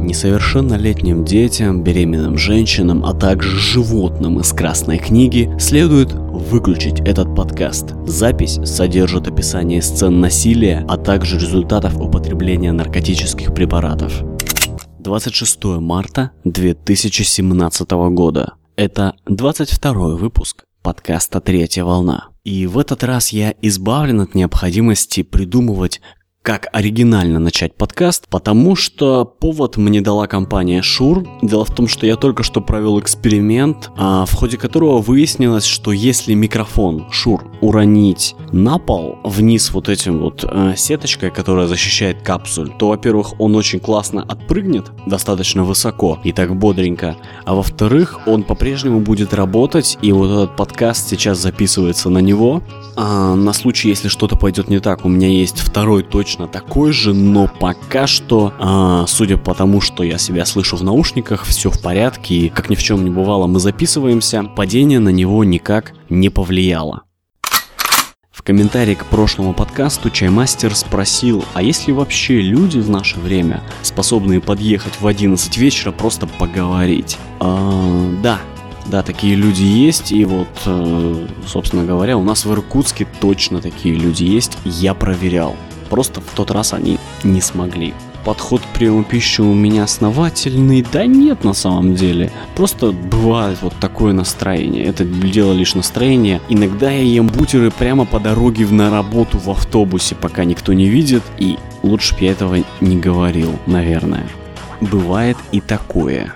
Несовершеннолетним детям, беременным женщинам, а также животным из Красной книги следует выключить этот подкаст. Запись содержит описание сцен насилия, а также результатов употребления наркотических препаратов. 26 марта 2017 года. Это 22-й выпуск подкаста «Третья волна». И в этот раз я избавлен от необходимости придумывать, как оригинально начать подкаст, потому что повод мне дала компания Shure. Дело в том, что я только что провел эксперимент, в ходе которого выяснилось, что если микрофон Shure уронить на пол, вниз вот этим вот сеточкой, которая защищает капсуль, то, во-первых, он очень классно отпрыгнет, достаточно высоко и так бодренько, а во-вторых, он по-прежнему будет работать, и вот этот подкаст сейчас записывается на него. На случай, если что-то пойдет не так, у меня есть второй точно такой же, но пока что, судя по тому, что я себя слышу в наушниках, все в порядке, и как ни в чем не бывало, мы записываемся, падение на него никак не повлияло. В комментарии к прошлому подкасту Чаймастер спросил, а есть ли вообще люди в наше время, способные подъехать в 11 вечера просто поговорить? Да, такие люди есть, и вот, собственно говоря, у нас в Иркутске точно такие люди есть, я проверял. Просто в тот раз они не смогли. Подход к приему пищи у меня основательный, да нет на самом деле. Просто бывает вот такое настроение, это дело лишь настроение. Иногда я ем бутеры прямо по дороге на работу в автобусе, пока никто не видит, и лучше бы я этого не говорил, наверное. Бывает и такое.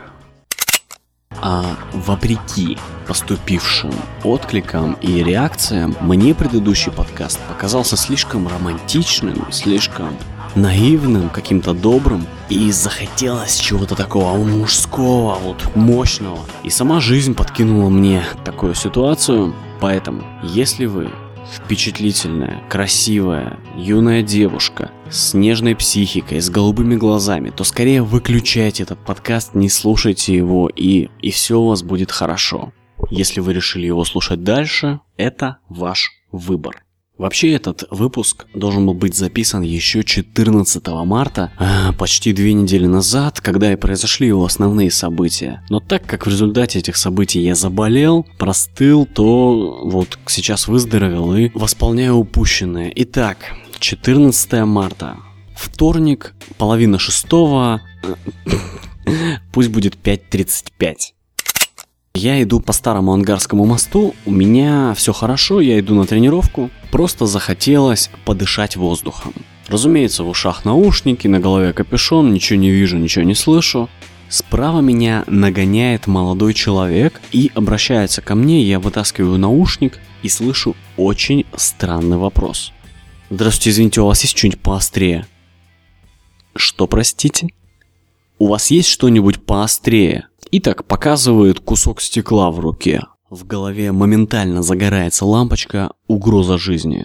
Вопреки поступившим откликам и реакциям, мне предыдущий подкаст показался слишком романтичным, слишком наивным, каким-то добрым, и захотелось чего-то такого мужского, вот мощного. И сама жизнь подкинула мне такую ситуацию, поэтому, если вы впечатлительная, красивая, юная девушка с нежной психикой, с голубыми глазами, то скорее выключайте этот подкаст, не слушайте его, и все у вас будет хорошо. Если вы решили его слушать дальше, это ваш выбор. Вообще этот выпуск должен был быть записан еще 14 марта, почти 2 недели назад, когда и произошли его основные события. Но так как в результате этих событий я заболел, простыл, то вот сейчас выздоровел и восполняю упущенное. Итак, 14 марта, вторник, половина 6, пусть будет 5:35. Я иду по старому Ангарскому мосту, у меня все хорошо, я иду на тренировку, просто захотелось подышать воздухом. Разумеется, в ушах наушники, на голове капюшон, ничего не вижу, ничего не слышу. Справа меня нагоняет молодой человек и обращается ко мне, я вытаскиваю наушник и слышу очень странный вопрос. «Здравствуйте, извините, у вас есть что-нибудь поострее?» «Что, простите?» «У вас есть что-нибудь поострее?» И так показывает кусок стекла в руке. В голове моментально загорается лампочка «Угроза жизни».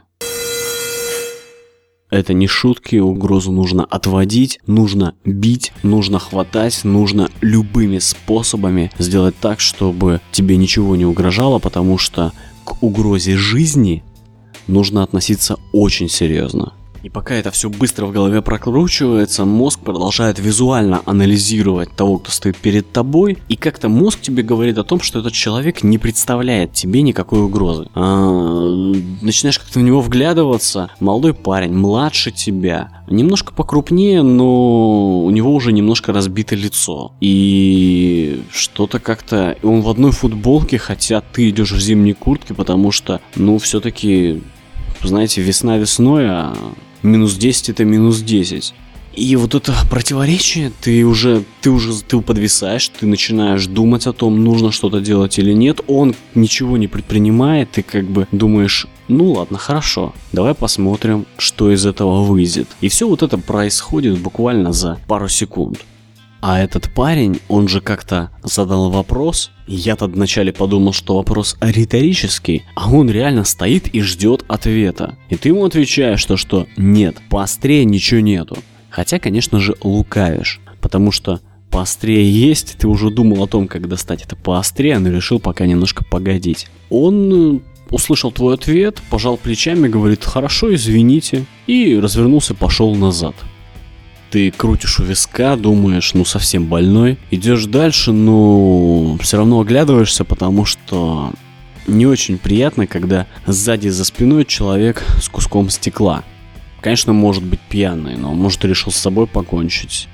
Это не шутки, угрозу нужно отводить, нужно бить, нужно хватать, нужно любыми способами сделать так, чтобы тебе ничего не угрожало, потому что к угрозе жизни нужно относиться очень серьезно. И пока это все быстро в голове прокручивается, мозг продолжает визуально анализировать того, кто стоит перед тобой, и как-то мозг тебе говорит о том, что этот человек не представляет тебе никакой угрозы. Начинаешь как-то в него вглядываться, молодой парень, младше тебя, немножко покрупнее, но у него уже немножко разбито лицо. И что-то как-то... Он в одной футболке, хотя ты идешь в зимней куртке, потому что, все-таки, знаете, весна весной, а... минус 10 это минус 10. И вот это противоречие, ты подвисаешь, ты начинаешь думать о том, нужно что-то делать или нет. Он ничего не предпринимает, ты как бы думаешь, ну ладно, хорошо, давай посмотрим, что из этого выйдет. И все вот это происходит буквально за пару секунд. А этот парень, он же как-то задал вопрос, и я-то вначале подумал, что вопрос риторический, а он реально стоит и ждет ответа. И ты ему отвечаешь, что нет, поострее ничего нету. Хотя, конечно же, лукавишь, потому что поострее есть, ты уже думал о том, как достать это поострее, но решил пока немножко погодить. Он услышал твой ответ, пожал плечами, говорит: хорошо, извините, и развернулся, пошел назад. Ты крутишь у виска, думаешь, ну совсем больной. Идешь дальше, но все равно оглядываешься, потому что не очень приятно, когда сзади за спиной человек с куском стекла. Конечно, может быть пьяный, но может решил с собой покончить.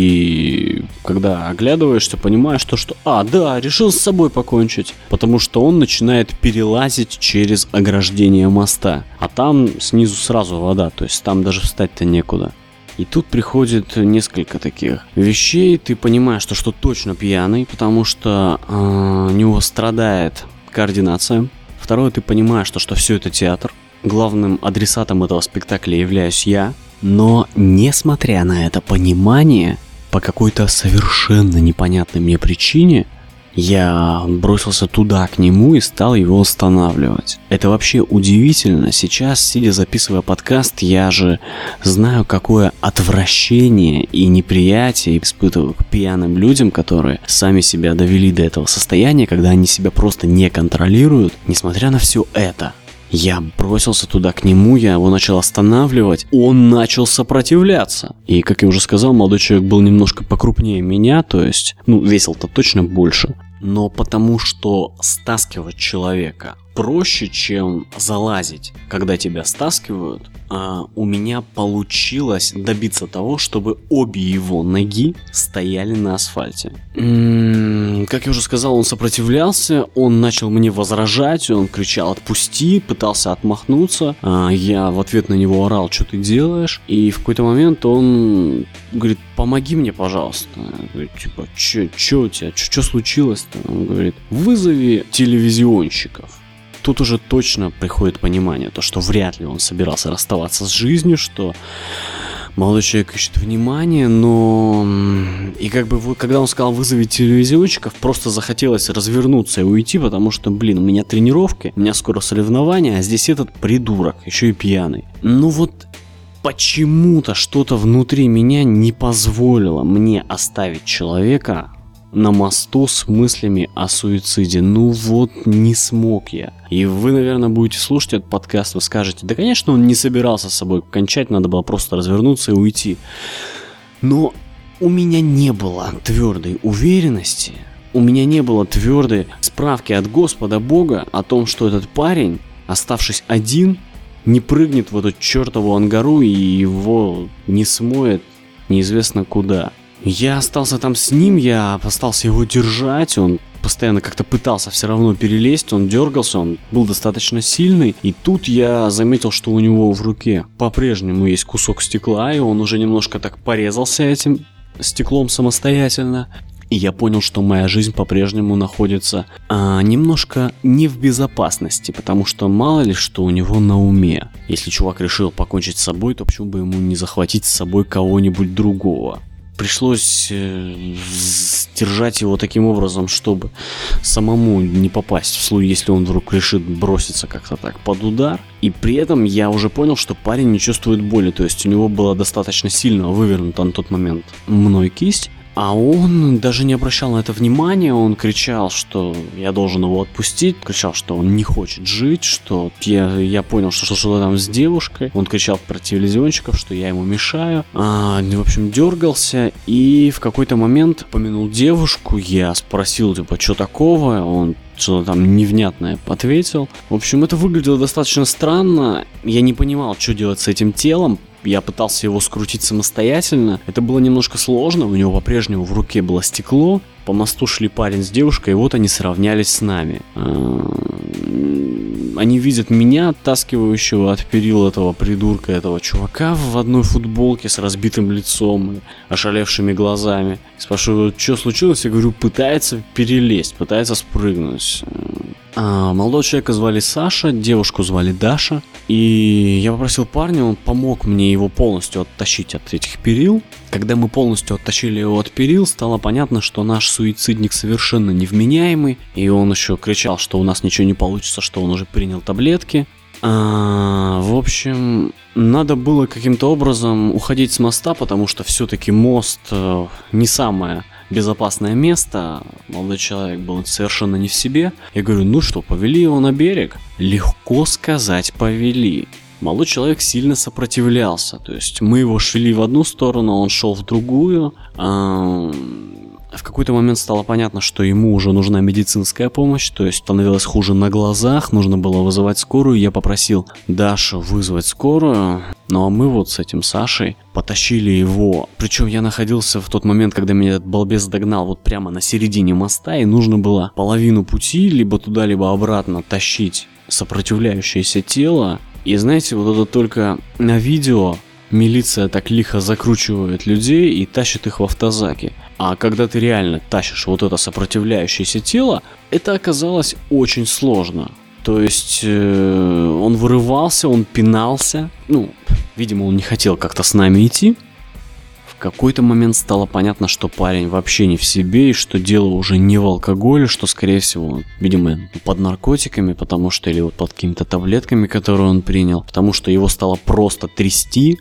И когда оглядываешься, понимаешь, что решил с собой покончить. Потому что он начинает перелазить через ограждение моста. А там снизу сразу вода, то есть там даже встать-то некуда. И тут приходит несколько таких вещей. Ты понимаешь, что точно пьяный, потому что у него страдает координация. Второе, ты понимаешь, что все это театр. Главным адресатом этого спектакля являюсь я. Но, несмотря на это понимание, по какой-то совершенно непонятной мне причине, я бросился туда, к нему, и стал его останавливать. Это вообще удивительно. Сейчас, сидя записывая подкаст, я же знаю, какое отвращение и неприятие испытываю к пьяным людям, которые сами себя довели до этого состояния, когда они себя просто не контролируют, несмотря на все это. Я бросился туда к нему, я его начал останавливать, он начал сопротивляться. И, как я уже сказал, молодой человек был немножко покрупнее меня, то есть, весил-то точно больше. Но потому что стаскивать человека проще, чем залазить. Когда тебя стаскивают, у меня получилось добиться того, чтобы обе его ноги стояли на асфальте. Как я уже сказал, он сопротивлялся, он начал мне возражать, он кричал «отпусти», пытался отмахнуться. Я в ответ на него орал «что ты делаешь?». И в какой-то момент он говорит «помоги мне, пожалуйста». Я говорю, типа, что у тебя, что случилось-то? Он говорит «вызови телевизионщиков». Тут уже точно приходит понимание, то, что вряд ли он собирался расставаться с жизнью, что молодой человек ищет внимания, но... И когда он сказал «вызови телевизионщиков», просто захотелось развернуться и уйти, потому что, у меня тренировки, у меня скоро соревнования, а здесь этот придурок, еще и пьяный. Почему-то что-то внутри меня не позволило мне оставить человека на мосту с мыслями о суициде. Не смог я. И вы, наверное, будете слушать этот подкаст, вы скажете, да, конечно, он не собирался с собой кончать, надо было просто развернуться и уйти. Но у меня не было твердой уверенности, у меня не было твердой справки от Господа Бога о том, что этот парень, оставшись один, не прыгнет в эту чертову ангару и его не смоет неизвестно куда. Я остался там с ним, я остался его держать, он постоянно как-то пытался все равно перелезть, он дергался, он был достаточно сильный. И тут я заметил, что у него в руке по-прежнему есть кусок стекла, и он уже немножко так порезался этим стеклом самостоятельно. И я понял, что моя жизнь по-прежнему находится немножко не в безопасности, потому что мало ли что у него на уме. Если чувак решил покончить с собой, то почему бы ему не захватить с собой кого-нибудь другого? Пришлось держать его таким образом, чтобы самому не попасть в случай, если он вдруг решит броситься как-то так под удар. И при этом я уже понял, что парень не чувствует боли, то есть у него была достаточно сильно вывернута на тот момент мной кисть. А он даже не обращал на это внимания, он кричал, что я должен его отпустить, кричал, что он не хочет жить, что я понял, что что-то там с девушкой, он кричал про телевизионщиков, что я ему мешаю, в общем, дергался, и в какой-то момент помянул девушку, я спросил, что такого, он что-то там невнятное ответил. В общем, это выглядело достаточно странно, я не понимал, что делать с этим телом. Я пытался его скрутить самостоятельно. Это было немножко сложно, у него по-прежнему в руке было стекло. По мосту шли парень с девушкой, и вот они сравнялись с нами. Они видят меня, оттаскивающего от перил этого придурка, этого чувака в одной футболке с разбитым лицом и ошалевшими глазами. Спрашиваю, что случилось? Я говорю, пытается перелезть, пытается спрыгнуть. Молодого человека звали Саша, девушку звали Даша. И я попросил парня, он помог мне его полностью оттащить от этих перил. Когда мы полностью оттащили его от перил, стало понятно, что наш суицидник совершенно невменяемый. И он еще кричал, что у нас ничего не получится, что он уже принял таблетки. В общем, надо было каким-то образом уходить с моста, потому что все-таки мост не самое безопасное место. Молодой человек был совершенно не в себе. Я говорю, повели его на берег? Легко сказать, повели. молодой человек сильно сопротивлялся. То есть мы его шли в одну сторону, он шел в другую. В какой-то момент стало понятно, что ему уже нужна медицинская помощь, то есть становилось хуже на глазах, нужно было вызывать скорую. Я попросил Дашу вызвать скорую, ну а мы вот с этим Сашей потащили его. Причем я находился в тот момент, когда меня этот балбес догнал вот прямо на середине моста, и нужно было половину пути либо туда, либо обратно тащить сопротивляющееся тело. И знаете, вот это только на видео милиция так лихо закручивает людей и тащит их в автозаке. А когда ты реально тащишь вот это сопротивляющееся тело, это оказалось очень сложно. То есть он вырывался, он пинался. Ну, видимо, он не хотел как-то с нами идти. В какой-то момент стало понятно, что парень вообще не в себе, и что дело уже не в алкоголе, что, скорее всего, видимо, под наркотиками, потому что, или вот под какими-то таблетками, которые он принял, потому что его стало просто трясти,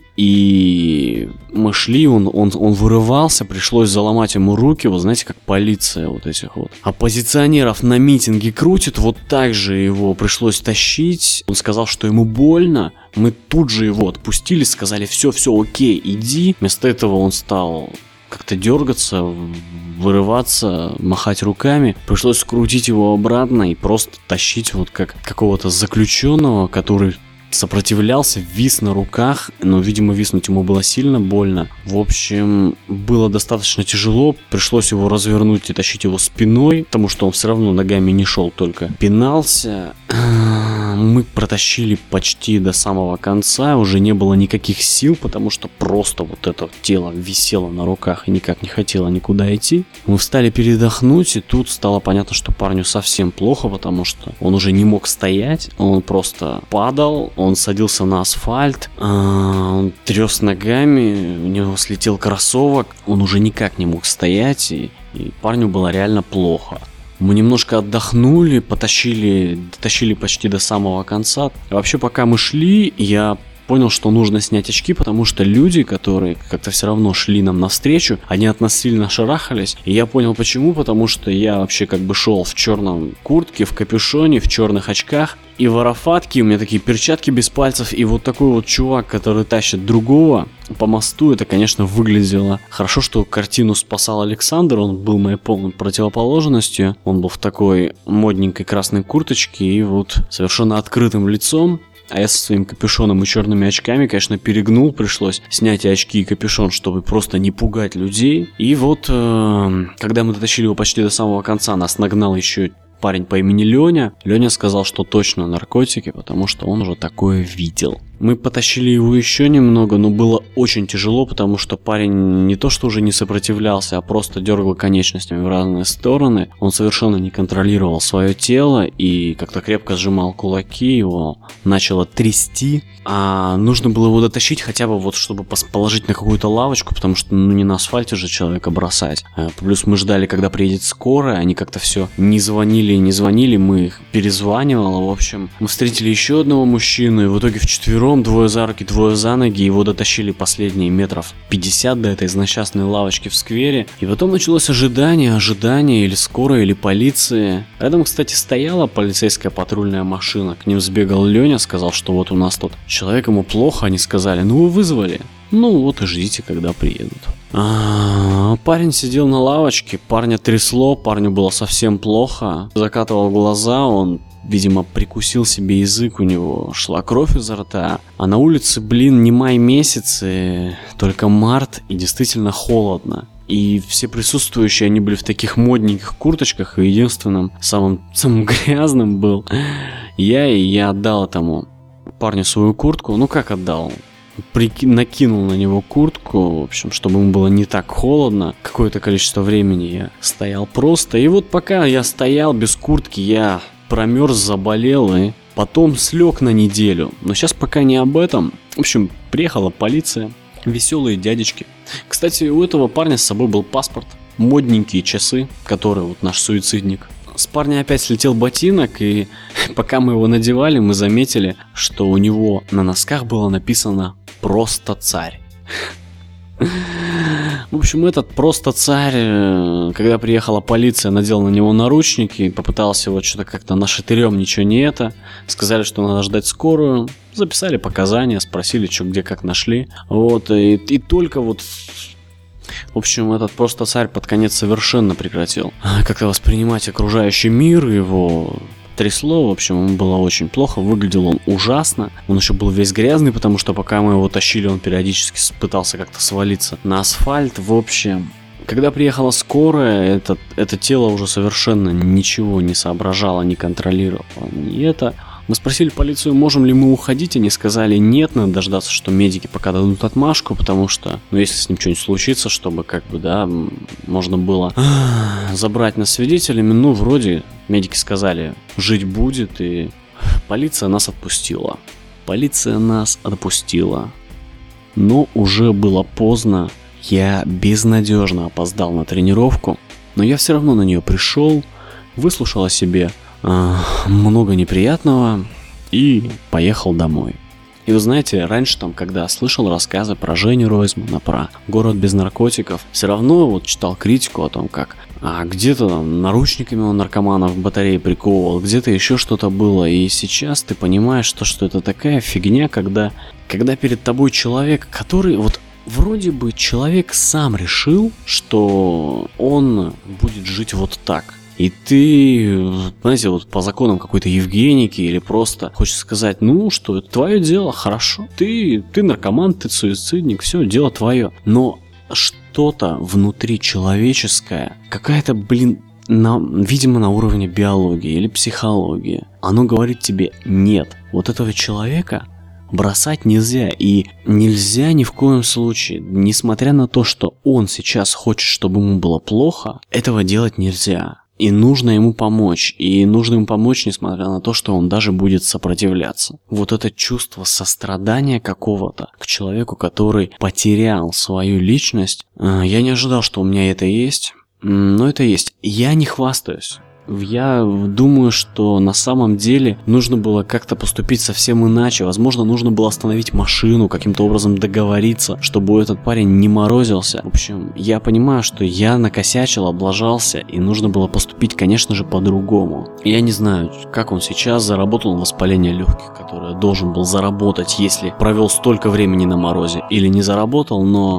и мы шли, он вырывался, пришлось заломать ему руки, вот знаете, как полиция вот этих вот оппозиционеров на митинге крутит, вот так же его пришлось тащить. Он сказал, что ему больно. Мы тут же его отпустили, сказали, все, окей, иди. Вместо этого он стал как-то дергаться, вырываться, махать руками. Пришлось скрутить его обратно и просто тащить вот как какого-то заключенного, который сопротивлялся, вис на руках, но, видимо, виснуть ему было сильно больно. В общем, было достаточно тяжело, пришлось его развернуть и тащить его спиной, потому что он все равно ногами не шел, только пинался. Мы протащили почти до самого конца, уже не было никаких сил, потому что просто вот это тело висело на руках и никак не хотело никуда идти. Мы встали передохнуть, и тут стало понятно, что парню совсем плохо, потому что он уже не мог стоять, он просто падал, он садился на асфальт, он тряс ногами, у него слетел кроссовок, он уже никак не мог стоять, и парню было реально плохо. Мы немножко отдохнули, дотащили почти до самого конца. Вообще, пока мы шли, я понял, что нужно снять очки, потому что люди, которые как-то все равно шли нам навстречу, они от нас сильно шарахались. И я понял почему, потому что я вообще как бы шел в черном куртке, в капюшоне, в черных очках и в арафатке, у меня такие перчатки без пальцев, и вот такой вот чувак, который тащит другого по мосту, это, конечно, выглядело хорошо, что картину спасал Александр, он был моей полной противоположностью, он был в такой модненькой красной курточке и вот совершенно открытым лицом. А я со своим капюшоном и черными очками, конечно, перегнул, пришлось снять и очки, и капюшон, чтобы просто не пугать людей. И вот, когда мы дотащили его почти до самого конца, нас нагнал еще парень по имени Леня. Леня сказал, что точно наркотики, потому что он уже такое видел. Мы потащили его еще немного, но было очень тяжело, потому что парень не то что уже не сопротивлялся, а просто дергал конечностями в разные стороны. Он совершенно не контролировал свое тело и как-то крепко сжимал кулаки, его начало трясти. А нужно было его дотащить хотя бы вот, чтобы положить на какую-то лавочку, потому что не на асфальте же человека бросать. Плюс мы ждали, когда приедет скорая, они как-то все не звонили, мы их перезванивали. В общем, мы встретили еще одного мужчину, и в итоге вчетвером, двое за руки, двое за ноги, его дотащили последние метров 50 до этой злосчастной лавочки в сквере. И потом началось ожидание или скорой, или полиции. Рядом, кстати, стояла полицейская патрульная машина. К ним сбегал Леня, сказал, что вот у нас тут человек, ему плохо. Они сказали, ну вы вызвали. Ну вот и ждите, когда приедут. Парень сидел на лавочке, парня трясло, парню было совсем плохо. Закатывал глаза, он, видимо, прикусил себе язык, у него шла кровь изо рта. А на улице, не май месяц, только март, и действительно холодно. И все присутствующие, они были в таких модненьких курточках, и единственным, самым грязным был я, и я отдал этому парню свою куртку. Ну как отдал? Накинул на него куртку, в общем, чтобы ему было не так холодно. Какое-то количество времени я стоял просто. И вот пока я стоял без куртки, я промерз, заболел и потом слег на неделю. Но сейчас пока не об этом. В общем, приехала полиция, веселые дядечки. Кстати, у этого парня с собой был паспорт, модненькие часы, которые вот наш суицидник. С парня опять слетел ботинок, и пока мы его надевали, мы заметили, что у него на носках было написано «Просто царь». В общем, этот просто царь, когда приехала полиция, надел на него наручники, попытался его что-то как-то нашатырем, ничего не это. Сказали, что надо ждать скорую. Записали показания, спросили, что где как нашли. Вот, и только вот... В общем, этот просто царь под конец совершенно прекратил как-то воспринимать окружающий мир, его трясло, в общем, ему было очень плохо, выглядел он ужасно, он еще был весь грязный, потому что пока мы его тащили, он периодически пытался как-то свалиться на асфальт, в общем... Когда приехала скорая, это тело уже совершенно ничего не соображало, не контролировало, ни это... Мы спросили полицию, можем ли мы уходить, они сказали нет, надо дождаться, что медики пока дадут отмашку, потому что, ну, если с ним что-нибудь случится, чтобы, как бы, да, можно было забрать нас свидетелями, ну, вроде медики сказали, жить будет, и полиция нас отпустила. Полиция нас отпустила, но уже было поздно, я безнадежно опоздал на тренировку, но я все равно на нее пришел, выслушал о себе много неприятного и поехал домой. И вы знаете, раньше там, когда слышал рассказы про Женю Ройзмана, про город без наркотиков, все равно вот читал критику о том, как где-то там наручниками он наркоманов в батарее приковывал, где-то еще что-то было. И сейчас ты понимаешь, что это такая фигня, когда перед тобой человек, который вот вроде бы человек сам решил, что он будет жить вот так. И ты, знаете, вот по законам какой-то Евгеники или просто хочешь сказать, ну что, это твое дело, хорошо. Ты наркоман, ты суицидник, все, дело твое. Но что-то внутри человеческое, какая-то, видимо, на уровне биологии или психологии, оно говорит тебе, нет, вот этого человека бросать нельзя, и нельзя ни в коем случае, несмотря на то, что он сейчас хочет, чтобы ему было плохо, этого делать нельзя. И нужно ему помочь, несмотря на то, что он даже будет сопротивляться. Вот это чувство сострадания какого-то к человеку, который потерял свою личность, я не ожидал, что у меня это есть, но это есть. Я не хвастаюсь. Я думаю, что на самом деле нужно было как-то поступить совсем иначе. Возможно, нужно было остановить машину, каким-то образом договориться, чтобы этот парень не морозился. В общем, я понимаю, что я накосячил, облажался, и нужно было поступить, конечно же, по-другому. Я не знаю, как он сейчас заработал на воспаление легких, которое должен был заработать, если провел столько времени на морозе, или не заработал, но...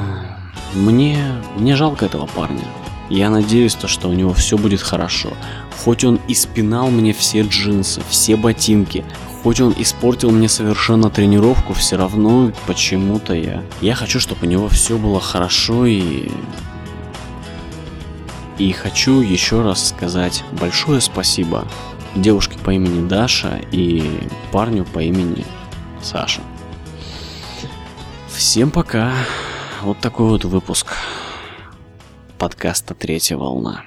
Мне жалко этого парня. Я надеюсь, что у него все будет хорошо. Хоть он и спинал мне все джинсы, все ботинки, хоть он испортил мне совершенно тренировку, все равно почему-то я хочу, чтобы у него все было хорошо, и хочу еще раз сказать большое спасибо девушке по имени Даша и парню по имени Саша. Всем пока. Вот такой вот выпуск подкаста «Третья волна».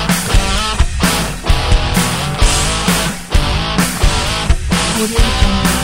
Audio Jungle.